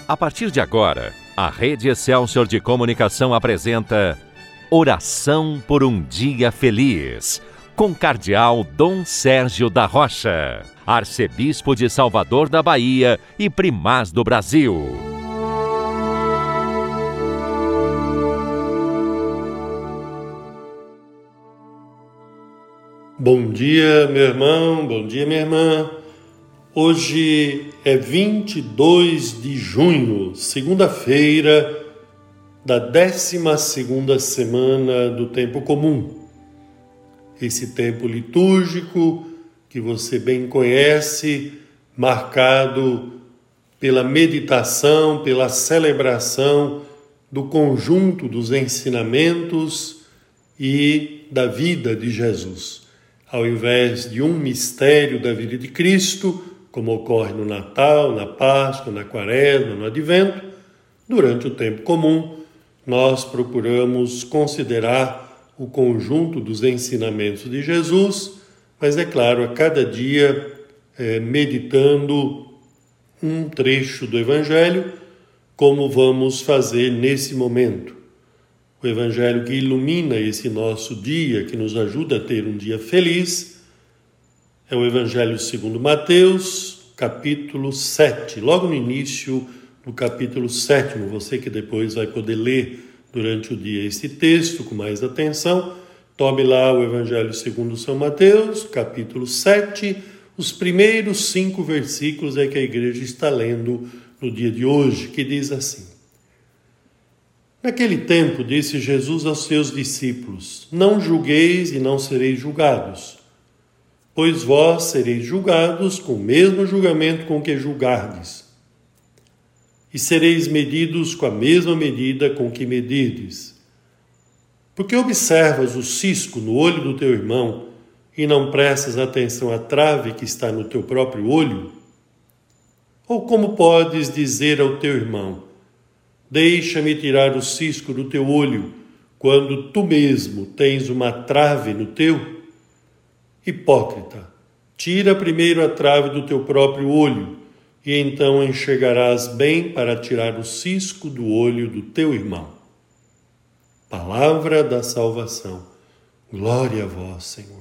A partir de agora, a Rede Excelsior de Comunicação apresenta Oração por um Dia Feliz, com Cardeal Dom Sérgio da Rocha, Arcebispo de Salvador da Bahia e Primaz do Brasil. Bom dia, meu irmão, bom dia, minha irmã. Hoje é 22 de junho, segunda-feira da 12ª semana do Tempo Comum. Esse tempo litúrgico que você bem conhece, marcado pela meditação, pela celebração do conjunto dos ensinamentos e da vida de Jesus. Ao invés de um mistério da vida de Cristo, como ocorre no Natal, na Páscoa, na Quaresma, no Advento, durante o tempo comum, nós procuramos considerar o conjunto dos ensinamentos de Jesus, mas é claro, a cada dia meditando um trecho do Evangelho, como vamos fazer nesse momento. O Evangelho que ilumina esse nosso dia, que nos ajuda a ter um dia feliz, é o Evangelho segundo Mateus, capítulo 7. Logo no início do capítulo 7, você que depois vai poder ler durante o dia esse texto com mais atenção, tome lá o Evangelho segundo São Mateus, capítulo 7, os primeiros 5 versículos é que a igreja está lendo no dia de hoje, que diz assim: Naquele tempo disse Jesus aos seus discípulos: Não julgueis e não sereis julgados, pois vós sereis julgados com o mesmo julgamento com que julgardes, e sereis medidos com a mesma medida com que medirdes. Porque observas o cisco no olho do teu irmão e não prestas atenção à trave que está no teu próprio olho? Ou como podes dizer ao teu irmão: Deixa-me tirar o cisco do teu olho, quando tu mesmo tens uma trave no teu? Hipócrita, tira primeiro a trave do teu próprio olho, e então enxergarás bem para tirar o cisco do olho do teu irmão. Palavra da salvação. Glória a vós, Senhor.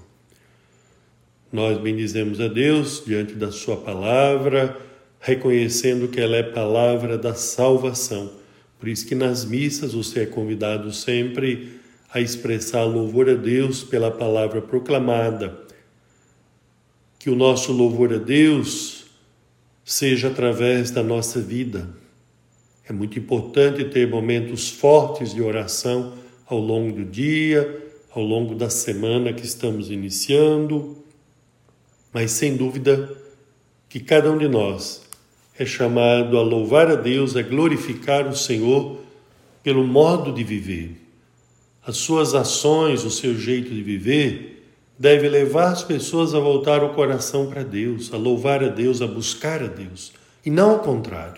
Nós bendizemos a Deus diante da sua palavra, reconhecendo que ela é palavra da salvação. Por isso que nas missas você é convidado sempre a expressar louvor a Deus pela palavra proclamada. Que o nosso louvor a Deus seja através da nossa vida. É muito importante ter momentos fortes de oração ao longo do dia, ao longo da semana que estamos iniciando, mas sem dúvida que cada um de nós é chamado a louvar a Deus, a glorificar o Senhor pelo modo de viver. As suas ações, o seu jeito de viver, deve levar as pessoas a voltar o coração para Deus, a louvar a Deus, a buscar a Deus, e não ao contrário.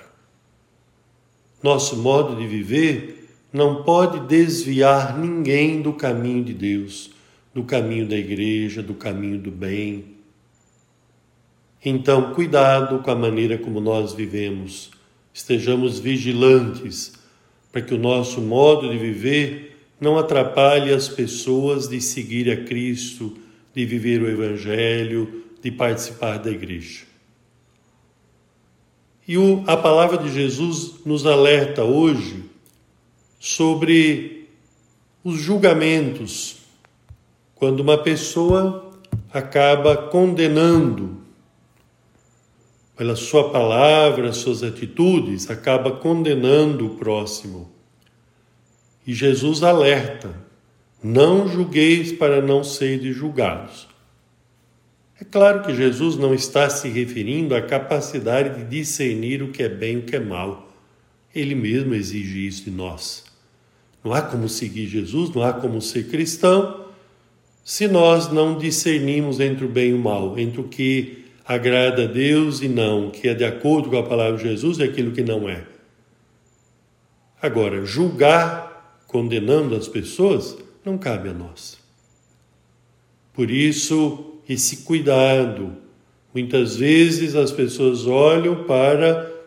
Nosso modo de viver não pode desviar ninguém do caminho de Deus, do caminho da igreja, do caminho do bem. Então, cuidado com a maneira como nós vivemos. Estejamos vigilantes para que o nosso modo de viver não atrapalhe as pessoas de seguir a Cristo, de viver o Evangelho, de participar da igreja. E a palavra de Jesus nos alerta hoje sobre os julgamentos, quando uma pessoa acaba condenando, pela sua palavra, suas atitudes, acaba condenando o próximo. E Jesus alerta: não julgueis para não serdes julgados. É claro que Jesus não está se referindo à capacidade de discernir o que é bem e o que é mal. Ele mesmo exige isso de nós. Não há como seguir Jesus, não há como ser cristão, se nós não discernimos entre o bem e o mal, entre o que agrada a Deus e não, o que é de acordo com a palavra de Jesus e aquilo que não é. Agora, julgar condenando as pessoas não cabe a nós. Por isso, esse cuidado. Muitas vezes as pessoas olham para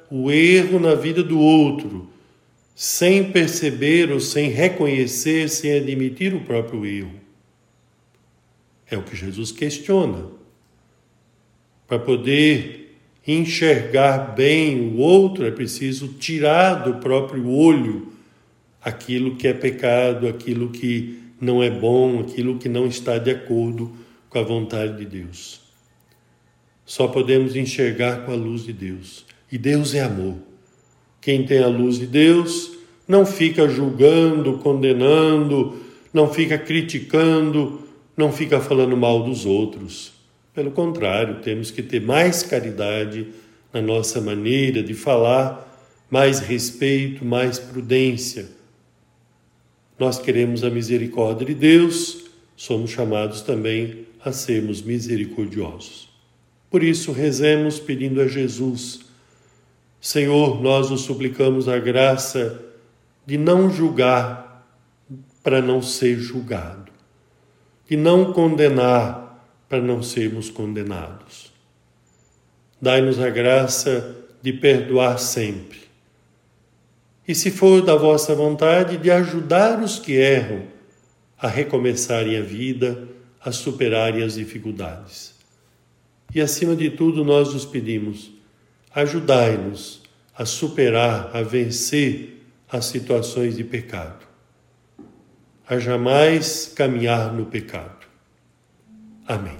o erro na vida do outro, sem perceber ou sem reconhecer, sem admitir o próprio erro. É o que Jesus questiona. Para poder enxergar bem o outro, é preciso tirar do próprio olho aquilo que é pecado, aquilo que não é bom, aquilo que não está de acordo com a vontade de Deus. Só podemos enxergar com a luz de Deus. E Deus é amor. Quem tem a luz de Deus não fica julgando, condenando, não fica criticando, não fica falando mal dos outros. Pelo contrário, temos que ter mais caridade na nossa maneira de falar, mais respeito, mais prudência. Nós queremos a misericórdia de Deus, somos chamados também a sermos misericordiosos. Por isso, rezemos pedindo a Jesus: Senhor, nós os suplicamos a graça de não julgar para não ser julgado, de não condenar para não sermos condenados. Dai-nos a graça de perdoar sempre. E, se for da vossa vontade, de ajudar os que erram a recomeçarem a vida, a superarem as dificuldades. E, acima de tudo, nós os pedimos: ajudai-nos a superar, a vencer as situações de pecado, a jamais caminhar no pecado. Amém.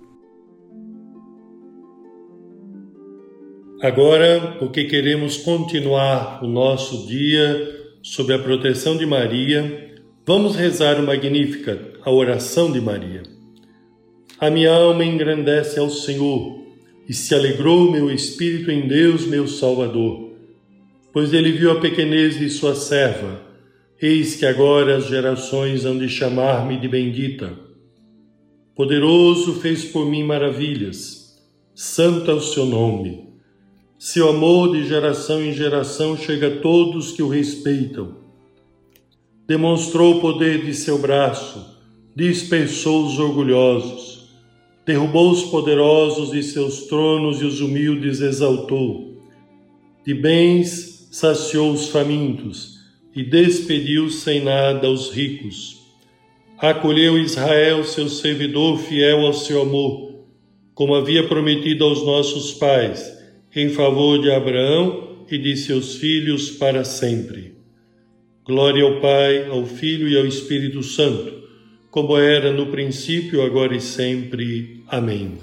Agora, porque queremos continuar o nosso dia sob a proteção de Maria, vamos rezar o Magníficat, a oração de Maria. A minha alma engrandece ao Senhor, e se alegrou meu espírito em Deus, meu Salvador, pois ele viu a pequenez de sua serva. Eis que agora as gerações hão de chamar-me de bendita. Poderoso fez por mim maravilhas, santo é o seu nome. Seu amor de geração em geração chega a todos que o respeitam. Demonstrou o poder de seu braço, dispersou os orgulhosos, derrubou os poderosos de seus tronos e os humildes exaltou. De bens saciou os famintos e despediu sem nada os ricos. Acolheu Israel, seu servidor fiel ao seu amor, como havia prometido aos nossos pais, em favor de Abraão e de seus filhos para sempre. Glória ao Pai, ao Filho e ao Espírito Santo, como era no princípio, agora e sempre. Amém.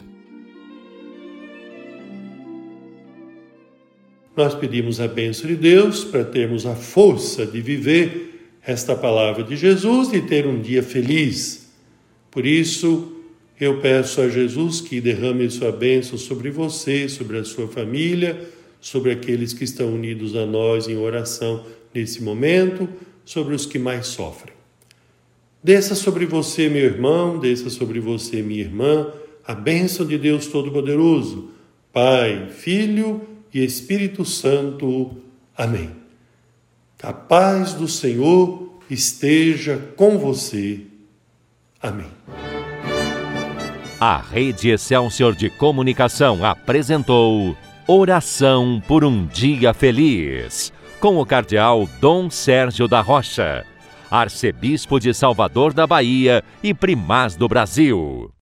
Nós pedimos a bênção de Deus para termos a força de viver esta palavra de Jesus e ter um dia feliz. Por isso, eu peço a Jesus que derrame sua bênção sobre você, sobre a sua família, sobre aqueles que estão unidos a nós em oração nesse momento, sobre os que mais sofrem. Desça sobre você, meu irmão, desça sobre você, minha irmã, a bênção de Deus Todo-Poderoso, Pai, Filho e Espírito Santo. Amém. A paz do Senhor esteja com você. Amém. A Rede Excelsior de Comunicação apresentou Oração por um Dia Feliz, com o cardeal Dom Sérgio da Rocha, arcebispo de Salvador da Bahia e primaz do Brasil.